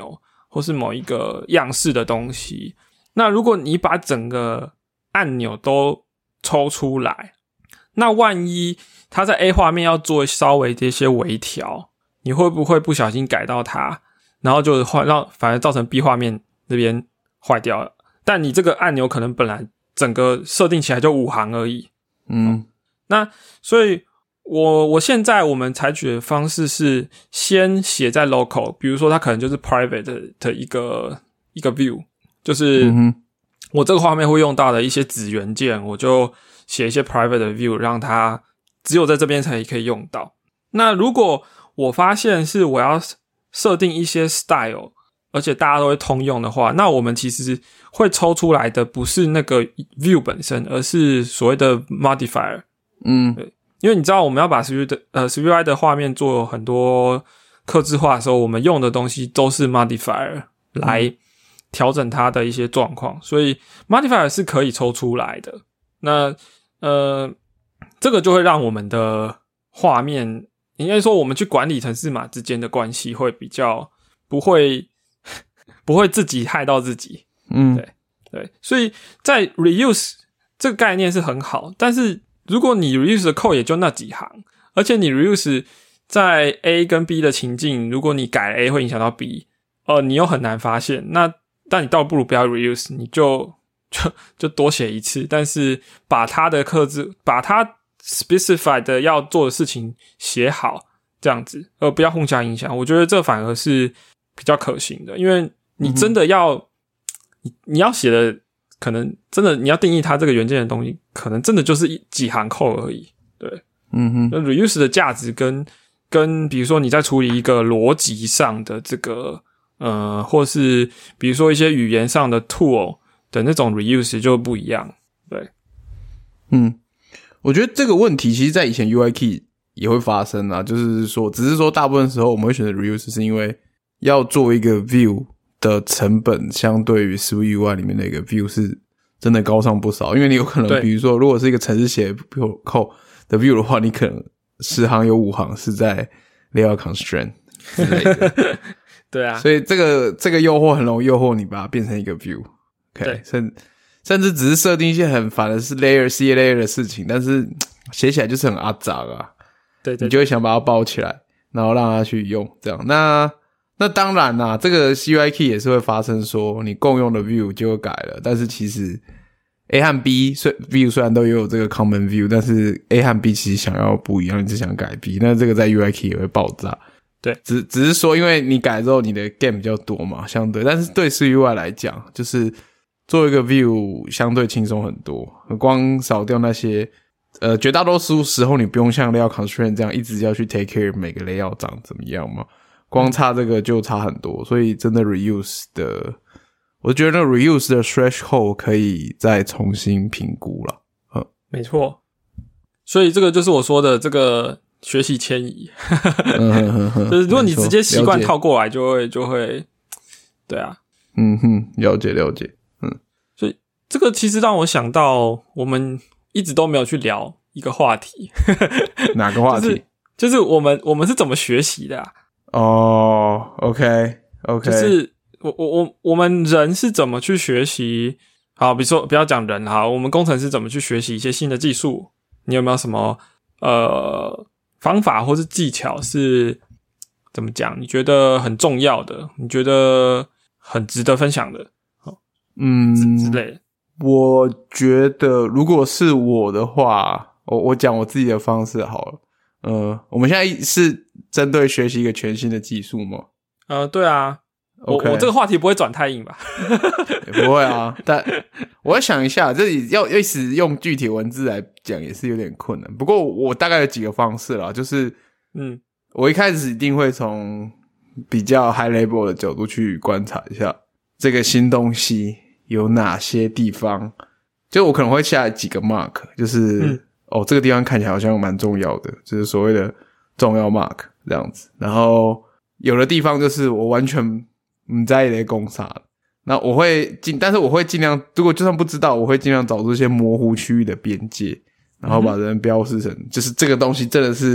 或是某一个样式的东西。那如果你把整个按钮都抽出来，那万一它在 A 画面要做稍微这些微调，你会不会不小心改到它，然后就反而造成 B 画面那边坏掉了？但你这个按钮可能本来整个设定起来就5行而已。那所以我现在我们采取的方式是先写在 local， 比如说它可能就是 private 的一个 view， 就是我这个画面会用到的一些子元件，我就写一些 private 的 view， 让它只有在这边才可以用到。那如果我发现是我要设定一些 style， 而且大家都会通用的话，那我们其实会抽出来的不是那个 view 本身，而是所谓的 modifier。对，因为你知道我们要把 SwiftUI 的画面做很多客制化的时候，我们用的东西都是 modifier 来调整它的一些状况，所以 modifier 是可以抽出来的。那这个就会让我们的画面，应该说我们去管理程式码之间的关系会比较不会自己害到自己。对，所以在 reuse 这个概念是很好，但是如果你 reuse 的 code 也就那几行，而且你 reuse 在 A 跟 B 的情境，如果你改 A 会影响到 B， 你又很难发现，但你倒不如不要 reuse， 你就多写一次，但是把它的客制，把它 specify 的要做的事情写好，这样子，不要互相影响。我觉得这反而是比较可行的，因为你真的要，你要写的，可能真的你要定义它这个元件的东西，可能真的就是几行code而已。对，那 reuse 的价值跟比如说你在处理一个逻辑上的这个或是比如说一些语言上的 tool 的那种 reuse 就不一样。对， 我觉得这个问题其实在以前 UIKit 也会发生啊，就是说只是说大部分时候我们会选择 reuse 是因为要做一个 view 的成本相对于 SwiftUI 里面的一个 view 是真的高上不少，因为你有可能比如说如果是一个程式写 code 的 view 的话，你可能10行有5行是在 layout constraint 之类的对啊， 所以这个诱惑很容易诱惑你把它变成一个 view。 OK， 甚至只是设定一些很烦的是 layer C layer 的事情，但是写起来就是很阿杂啊。 对， 你就会想把它包起来，然后让它去用这样。那当然啦，这个 UIKit 也是会发生说你共用的 view 就会改了，但是其实 A 和 B view 虽然都有这个 common view， 但是 A 和 B 其实想要不一样，你只想改 B， 那这个在 UIKit 也会爆炸。 对， 只是说因为你改之后你的 game 比较多嘛，相对，但是对 SwiftUI 来讲，就是做一个 view 相对轻松很多，光扫掉那些绝大多数时候你不用像 layout constraint 这样一直要去 take care 每个 layout 长怎么样嘛，光差这个就差很多，所以真的 reuse 的，我觉得那 reuse 的 threshold 可以再重新评估啦。 没错，所以这个就是我说的这个学习迁移就是如果你直接习惯套过来就会对啊， 了解所以这个其实让我想到我们一直都没有去聊一个话题哪个话题？ 就是我们是怎么学习的啊 OK， 就是我们人是怎么去学习，好，比如说不要讲人，好，我们工程师怎么去学习一些新的技术，你有没有什么方法或是技巧是怎么讲你觉得很重要的，你觉得很值得分享的之类的。 我觉得如果是我的话，我讲我自己的方式好了。我们现在是针对学习一个全新的技术吗？ 对啊。 Okay. 我这个话题不会转太硬吧也不会啊，但我要想一下，这里要一直用具体文字来讲也是有点困难，不过我大概有几个方式啦，就是我一开始一定会从比较 high level 的角度去观察一下这个新东西有哪些地方，就我可能会下几个 mark， 就是这个地方看起来好像蛮重要的，就是所谓的重要 mark 这样子，然后有的地方就是我完全不知道在讲啥，那我会但是我会尽量，如果就算不知道，我会尽量找出一些模糊区域的边界，然后把人标示成就是这个东西真的是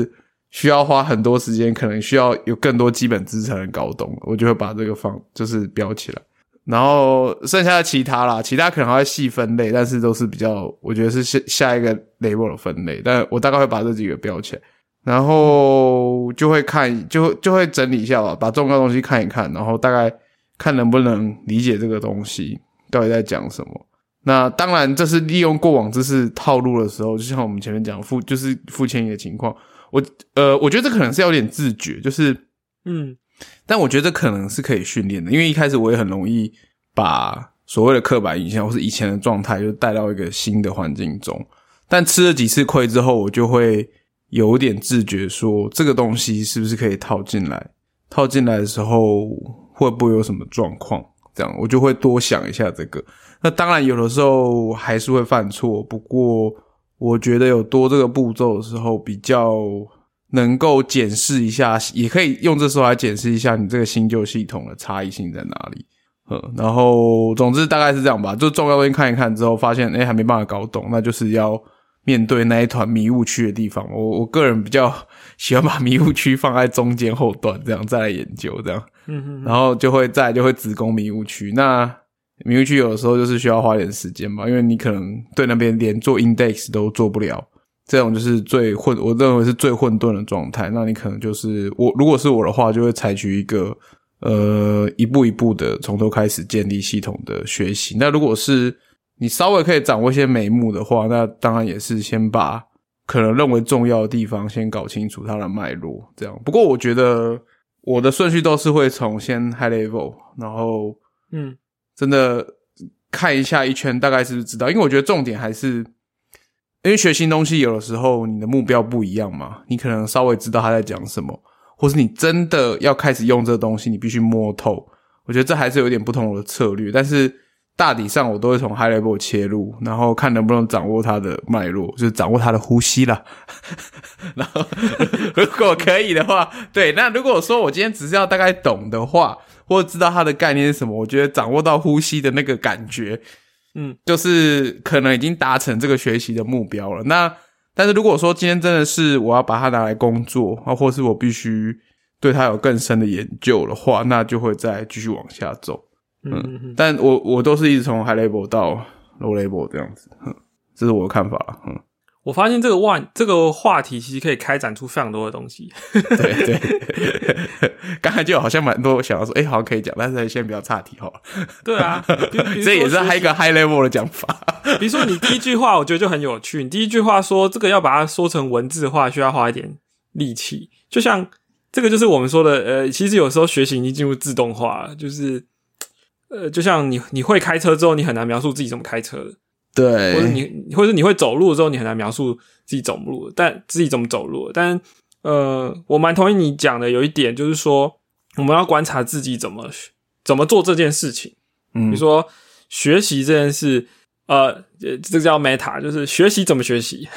需要花很多时间，可能需要有更多基本知识才能搞懂，我就会把这个就是标起来。然后剩下的其他可能还会细分类，但是都是比较我觉得是下一个 level 的分类，但我大概会把这几个标起来，然后就会看就会整理一下吧，把重要的东西看一看，然后大概看能不能理解这个东西到底在讲什么。那当然这是利用过往知识套路的时候，就像我们前面讲就是付迁移的情况，我觉得这可能是有点自觉，就是但我觉得这可能是可以训练的，因为一开始我也很容易把所谓的刻板印象或是以前的状态就带到一个新的环境中，但吃了几次亏之后，我就会有点自觉说这个东西是不是可以套进来的时候会不会有什么状况，这样我就会多想一下这个。那当然有的时候还是会犯错，不过我觉得有多这个步骤的时候比较能够检视一下，也可以用这时候来检视一下你这个新旧系统的差异性在哪里。然后总之大概是这样吧，就重要东西看一看之后发现还没办法搞懂，那就是要面对那一团迷雾区的地方。我个人比较喜欢把迷雾区放在中间后段，这样再来研究这样。然后就会直攻迷雾区。那迷雾区有的时候就是需要花点时间嘛，因为你可能对那边连做 index 都做不了，这种就是我认为是最混沌的状态。那你可能就是如果是我的话，就会采取一个一步一步的从头开始建立系统的学习。那如果是你稍微可以掌握一些眉目的话，那当然也是先把可能认为重要的地方先搞清楚它的脉络，这样。不过我觉得我的顺序都是会从先 high level， 然后真的看一下一圈，大概是不是知道。因为我觉得重点还是因为学新东西有的时候你的目标不一样嘛，你可能稍微知道他在讲什么，或是你真的要开始用这个东西，你必须摸透。我觉得这还是有点不同的策略，但是大体上我都会从 high level 切入，然后看能不能掌握它的脉络，就是掌握它的呼吸啦。然后如果可以的话，对，那如果说我今天只是要大概懂的话，或者知道它的概念是什么，我觉得掌握到呼吸的那个感觉，就是可能已经达成这个学习的目标了。那但是如果说今天真的是我要把它拿来工作，或是我必须对它有更深的研究的话，那就会再继续往下走。但我都是一直从 high level 到 low level 这样子，这是我的看法啦。 我发现这个话题其实可以开展出非常多的东西。 对，刚才就好像蛮多想要说，好像可以讲，但是先不要岔题好了。 对啊， 这也是一个 high level 的讲法。 比如说你第一句话，我觉得就很有趣。你第一句话说这个要把它说成文字化，需要花一点力气。就像这个就是我们说的，其实有时候学习已经进入自动化了，就是就像你会开车之后，你很难描述自己怎么开车的。 对， 或者你会走路的时候，你很难描述自己怎么走路。但我蛮同意你讲的，有一点就是说，我们要观察自己怎么做这件事情。比如说学习这件事，这个叫 meta， 就是学习怎么学习。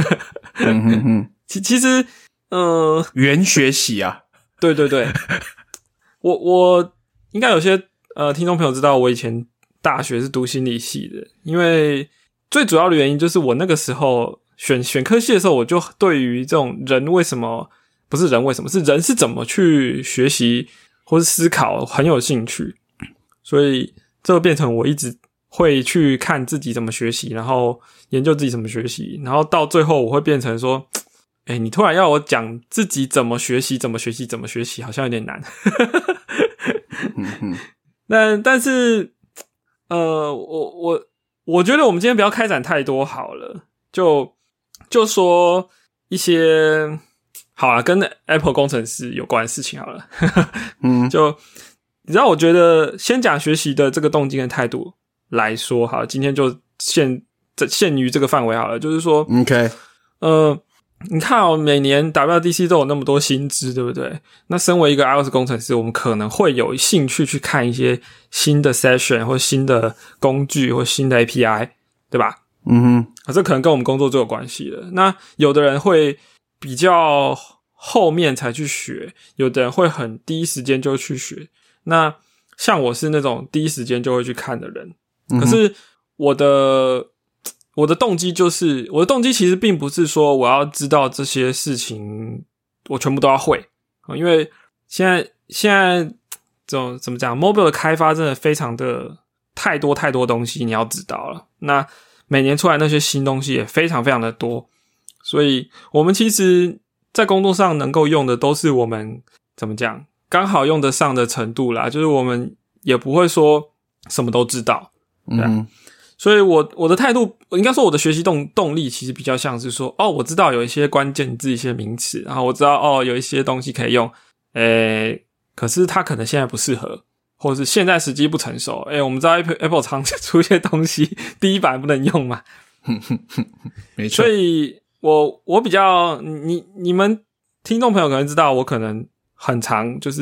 其实原学习啊， 对，我应该有些听众朋友知道，我以前大学是读心理系的，因为最主要的原因就是我那个时候选科系的时候，我就对于这种人是怎么去学习或是思考很有兴趣，所以这变成我一直会去看自己怎么学习，然后研究自己怎么学习，然后到最后我会变成说，你突然要我讲自己怎么学习，好像有点难。但是我觉得我们今天不要开展太多好了，就说一些好啦，跟 Apple 工程师有关的事情好了。就你知道，我觉得先讲学习的这个动机跟态度来说好了，今天就限于这个范围好了，就是说 OK， 你看每年 WDC 都有那么多新知，对不对？那身为一个 iOS 工程师，我们可能会有兴趣去看一些新的 session 或新的工具或新的 API， 对吧？这可能跟我们工作最有关系的。那有的人会比较后面才去学，有的人会很第一时间就去学。那像我是那种第一时间就会去看的人，可是我的动机其实并不是说我要知道这些事情我全部都要会，因为现在怎么讲 ，mobile 的开发真的非常的太多东西你要知道了。那每年出来那些新东西也非常非常的多，所以我们其实在工作上能够用的都是我们怎么讲刚好用得上的程度啦，就是我们也不会说什么都知道，对啊。所以我的态度，应该说我的学习动力其实比较像是说，我知道有一些关键字、一些名词，然后我知道有一些东西可以用，可是它可能现在不适合，或者是现在时机不成熟。我们知道 Apple 常出一些东西，第一版不能用嘛， 没错。 所以我比较你们听众朋友可能知道，我可能很常就是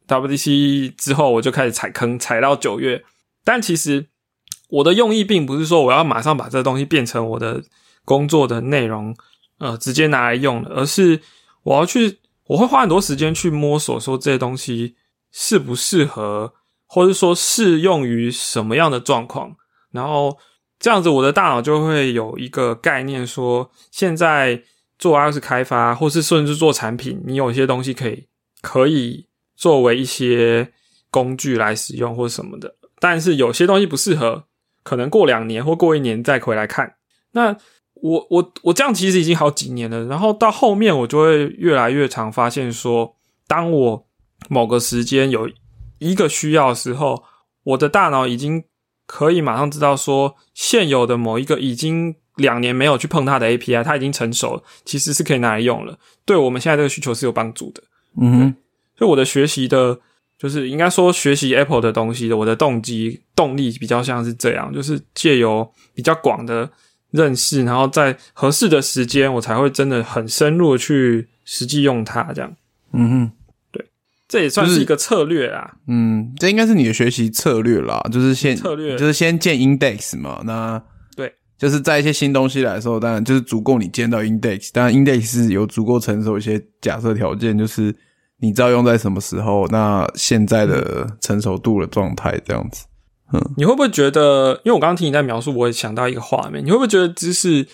WWDC 之后我就开始踩坑，踩到9月，但其实我的用意并不是说我要马上把这个东西变成我的工作的内容，直接拿来用的，而是我会花很多时间去摸索说这些东西适不适合，或者说适用于什么样的状况，然后这样子我的大脑就会有一个概念说，现在做 iOS 开发，或是甚至做产品，你有一些东西可以作为一些工具来使用或什么的，但是有些东西不适合，可能过2年或过1年再回来看。那我这样其实已经好几年了，然后到后面我就会越来越常发现说，当我某个时间有一个需要的时候，我的大脑已经可以马上知道说，现有的某一个已经2年没有去碰它的 API， 它已经成熟了，其实是可以拿来用了，对我们现在这个需求是有帮助的。所以我的学习的就是应该说学习 Apple 的东西的我的动力比较像是这样，就是借由比较广的认识，然后在合适的时间我才会真的很深入的去实际用它这样。对，这也算是一个策略啦。 这应该是你的学习策略啦，就是策略就是先建 index 嘛。那对， 就是在一些新东西来的时候，当然就是足够你建到 index， 当然 index 是有足够成熟一些假设条件，就是你知道用在什么时候，那现在的成熟度的状态这样子。 你会不会觉得，因为我刚刚听你在描述，我也想到一个画面，你会不会觉得知识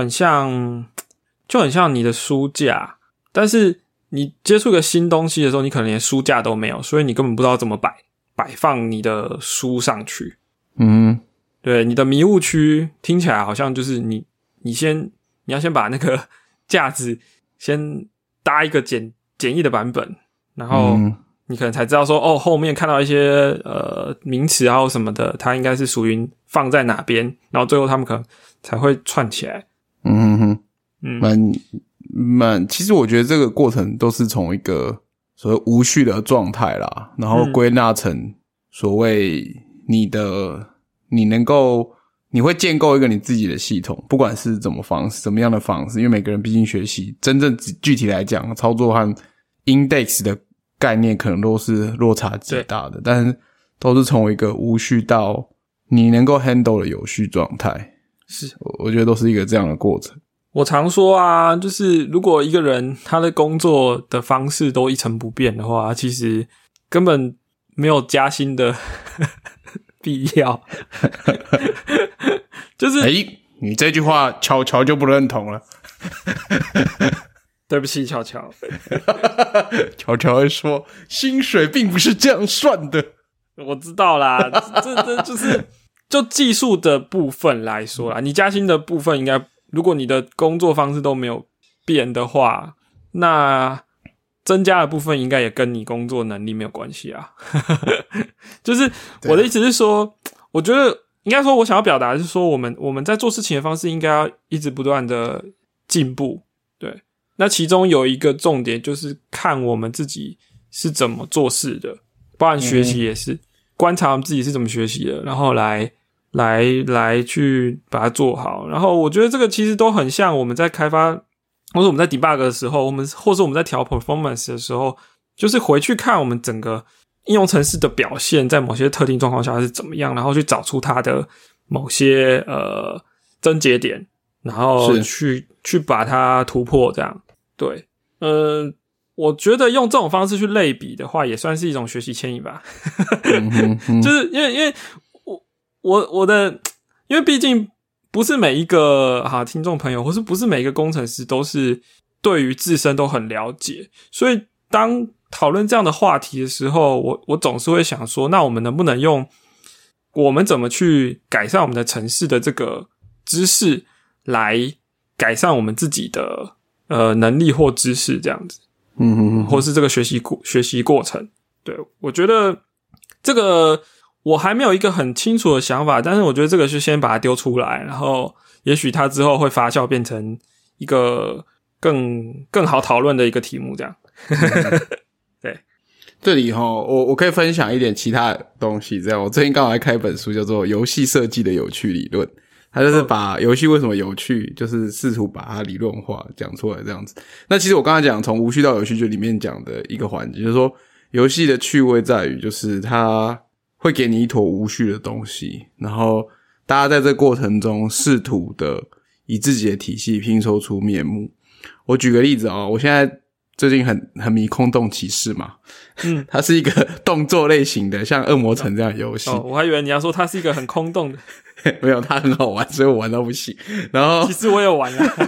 就很像你的书架，但是你接触一个新东西的时候，你可能连书架都没有，所以你根本不知道怎么摆放你的书上去。对，你的迷雾区听起来好像就是你要先把那个架子先搭一个简易的版本，然后你可能才知道说，后面看到一些名词还有什么的，它应该是属于放在哪边，然后最后他们可能才会串起来。 其实我觉得这个过程都是从一个所谓无序的状态啦，然后归纳成所谓你会建构一个你自己的系统，不管是怎么样的方式，因为每个人毕竟学习真正具体来讲，操作和 index 的概念可能都是落差极大的，但是都是从一个无序到你能够 handle 的有序状态， 是， 我觉得都是一个这样的过程。 我常说啊，就是如果一个人他的工作的方式都一成不变的话，其实根本没有加薪的必要。就是你这句话乔就不认同了。 对不起乔乔会说薪水并不是这样算的。 我知道啦，这就是就技术的部分来说啦，你加薪的部分应该，如果你的工作方式都没有变的话，那增加的部分应该也跟你工作能力没有关系啊。就是我的意思是说，我觉得应该说我想要表达的是说，我们在做事情的方式应该要一直不断的进步。对，那其中有一个重点就是看我们自己是怎么做事的，包含学习也是，观察我们自己是怎么学习的，然后来去把它做好。然后我觉得这个其实都很像我们在开发，或者我们在 debug 的时候，或是我们在调 performance 的时候，就是回去看我们整个应用程式的表现在某些特定状况下是怎么样，然后去找出它的某些症结点，然后去把它突破这样。对，我觉得用这种方式去类比的话，也算是一种学习迁移吧。就是因为我的，因为毕竟不是每一个听众朋友，或是不是每一个工程师都是对于自身都很了解，所以当讨论这样的话题的时候，我总是会想说，那我们能不能用我们怎么去改善我们的程式的这个知识来改善我们自己的能力或知识这样子，或是这个学习过程。对，我觉得这个我还没有一个很清楚的想法，但是我觉得这个就先把它丢出来，然后也许它之后会发酵变成一个更好讨论的一个题目这样。对， 这里我可以分享一点其他的东西，这样我最近刚好在开一本书叫做《游戏设计的有趣理论》，它就是把游戏为什么有趣，就是试图把它理论化讲出来这样子。那其实我刚才讲从无趣到有趣，就里面讲的一个环节，就是说游戏的趣味在于就是它会给你一坨无序的东西，然后大家在这个过程中试图的以自己的体系拼凑出面目。我举个例子我现在最近很迷空洞骑士嘛，它是一个动作类型的像恶魔城这样的游戏。 我还以为你要说它是一个很空洞的。 没有，它很好玩，所以我玩到不行。然后其实我也玩了。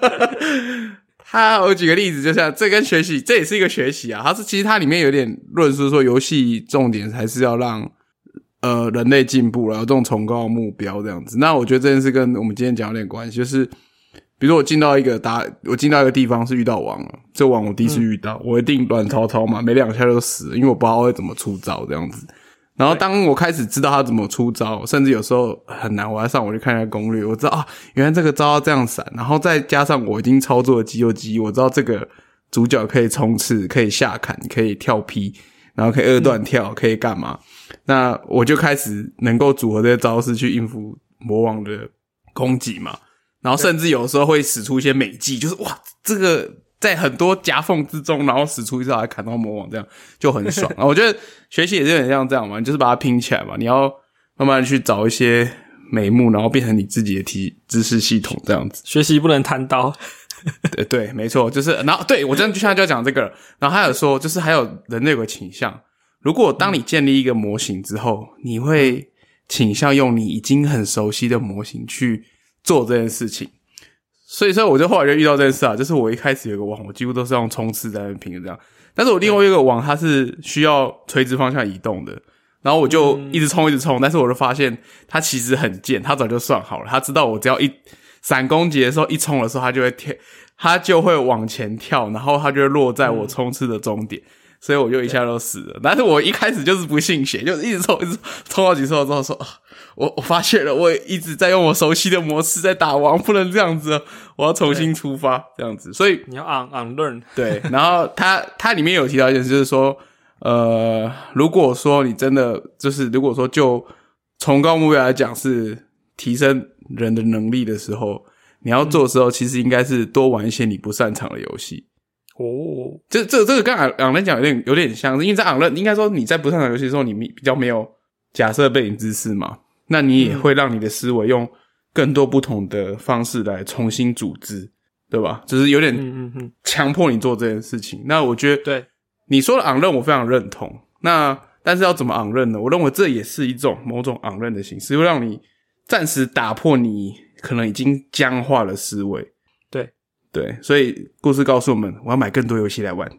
我举个例子，就像这跟学习，这也是一个学习啊。其实它里面有点论述说，游戏重点还是要让人类进步，然后这种崇高的目标这样子。那我觉得这件事跟我们今天讲有点关系，就是比如说我进到一个地方是遇到王了，这王我第一次遇到，我一定乱糟糟嘛，没2下就死了，因为我不知道会怎么出招这样子。然后当我开始知道他怎么出招，甚至有时候很难，我要上网去看一下攻略，我知道原来这个招要这样闪，然后再加上我已经操作的肌肉记忆，我知道这个主角可以冲刺，可以下砍，可以跳劈，然后可以二段跳，可以干嘛，那我就开始能够组合这些招式去应付魔王的攻击嘛。然后甚至有时候会使出一些美技，就是哇，这个在很多夹缝之中，然后使出一招来砍到魔王，这样就很爽。我觉得学习也是很像这样嘛，就是把它拼起来嘛，你要慢慢去找一些眉目，然后变成你自己的知识系统这样子。 学习不能贪刀。 对，没错，就是然后对我真的就现在就要讲这个了。然后还有说，就是还有人类有个倾向，如果当你建立一个模型之后，你会倾向用你已经很熟悉的模型去做这件事情。所以说我就后来就遇到这件事啊，就是我一开始有个网，我几乎都是用冲刺在那边拼的这样，但是我另外一个网它是需要垂直方向移动的，然后我就一直冲，但是我就发现它其实很贱，它早就算好了，它知道我只要一闪攻击的时候，一冲的时候它就会往前跳，然后它就会落在我冲刺的终点，所以我就一下就死了。但是我一开始就是不信邪，就是一直冲到几次之后说我发现了，我一直在用我熟悉的模式在打王，不能这样子，我要重新出发这样子。所以你要 unlearn。 对，然后它里面有提到一件事，就是说如果说你真的就是如果说就崇高目标来讲是提升人的能力的时候，你要做的时候其实应该是多玩一些你不擅长的游戏。这个跟昂讲有点像，因为在昂应该说你在不擅长游戏的时候，你比较没有假设背景知识嘛，那你也会让你的思维用更多不同的方式来重新组织，对吧？就是有点强迫你做这件事情。那我觉得对你说的昂认我非常认同，那但是要怎么昂认呢？我认为这也是一种某种昂认的形式，会让你暂时打破你可能已经僵化的思维。对，所以故事告诉我们，我要买更多游戏来玩。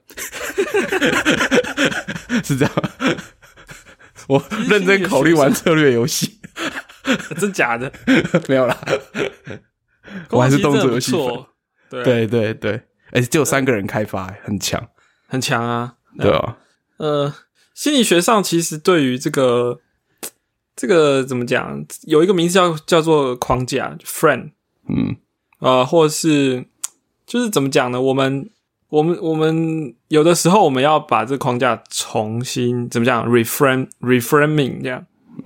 是这样。我认真考虑玩策略游戏。 真假的？ 没有啦。我还是动作游戏粉。对，只有3个人开发，很强。 很强啊。 对啊。 心理学上其实对于这个怎么讲，有一个名字叫做框架 frame。或者是就是怎么讲呢？我们有的时候我们要把这个框架重新怎么讲 reframing 这样。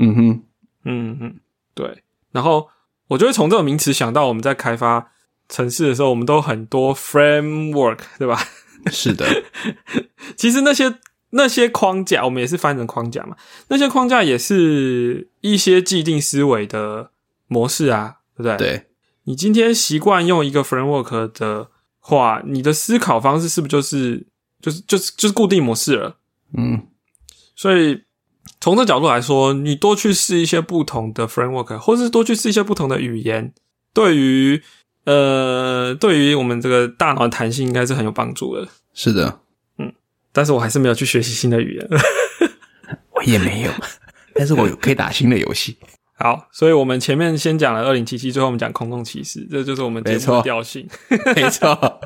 对。然后我就会从这个名词想到我们在开发程式的时候，我们都很多 framework， 对吧？ 是的。 其实那些框架我们也是翻成框架嘛，那些框架也是一些既定思维的模式啊，对不对？ 对。 你今天习惯用一个 framework 的话，你的思考方式是不是就是固定模式了？所以从这角度来说，你多去试一些不同的 framework， 或是多去试一些不同的语言，对于对于我们这个大脑的弹性应该是很有帮助的。 是的， 但是我还是没有去学习新的语言。 我也没有，但是我可以打新的游戏。 好，所以我们前面先讲了2077，最后我们讲空洞骑士，这就是我们节目的调性。 没错。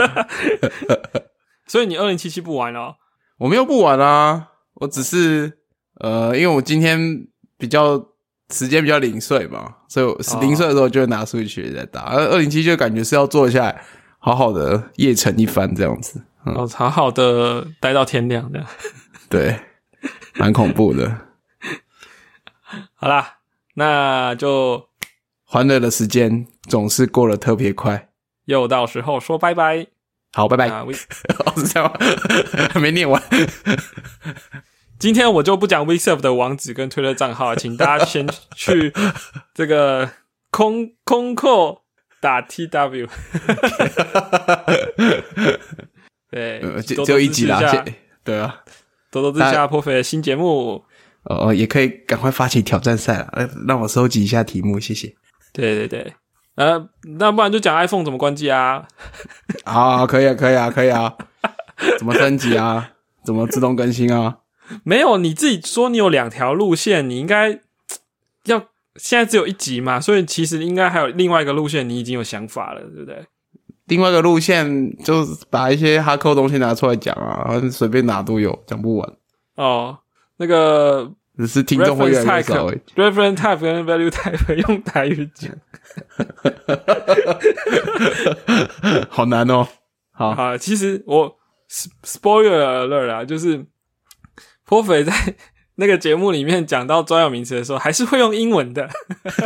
所以你2077不玩了？ 我没有不玩啊，我只是因为我今天时间比较零碎嘛，所以我零碎的时候就会拿 Switch 在打。2077就感觉是要坐下来好好的夜沉一番这样子。 好好的待到天亮这样。 对，蛮恐怖的。 好啦，那就欢乐的时间总是过得特别快， 又到时候说拜拜。 好，拜拜。是这样吗？还没念完。 今天我就不讲 WeServe 的网址跟推特账号，请大家先去这个空扣.tw 对， 只有一集啦。对啊， 多多支持下破费的新节目。 也可以赶快发起挑战赛啦，让我收集一下题目，谢谢。 对对对，那不然就讲 iPhone 怎么关机啊？ 啊，可以啊，怎么升级啊？怎么自动更新啊？ 没有，你自己说你有2条路线，你应该要现在只有1集嘛，所以其实应该还有另外一个路线，你已经有想法了，对不对？ 另外一个路线就是把一些哈扣东西拿出来讲啊，随便哪都有，讲不完。 哦，那个只是听众会越来越少而已。 Reference type 跟 value type 用台语讲， 好难哦。 好，其实我 spoiler alert 啦，就是颇肥在那个节目里面讲到专有名词的时候，还是会用英文的。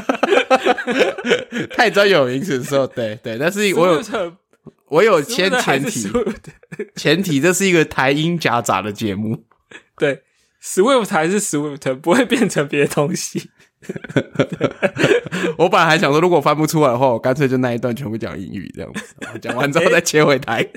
太专有名词的时候，对，但是我有前提，这是一个台英夹杂的节目。 对。Swift 还是 Swift， 不会变成别的东西。 我本来还想说，如果翻不出来的话，我干脆就那一段全部讲英语这样子，讲完之后再切回台。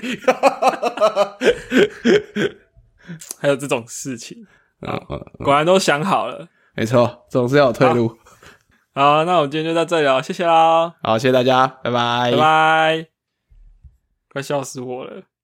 还有这种事情果然都想好了。 没错，总是要有退路。 好，那我们今天就到这里了，谢谢啦。 好，谢谢大家，拜拜， 拜拜。快笑死我了。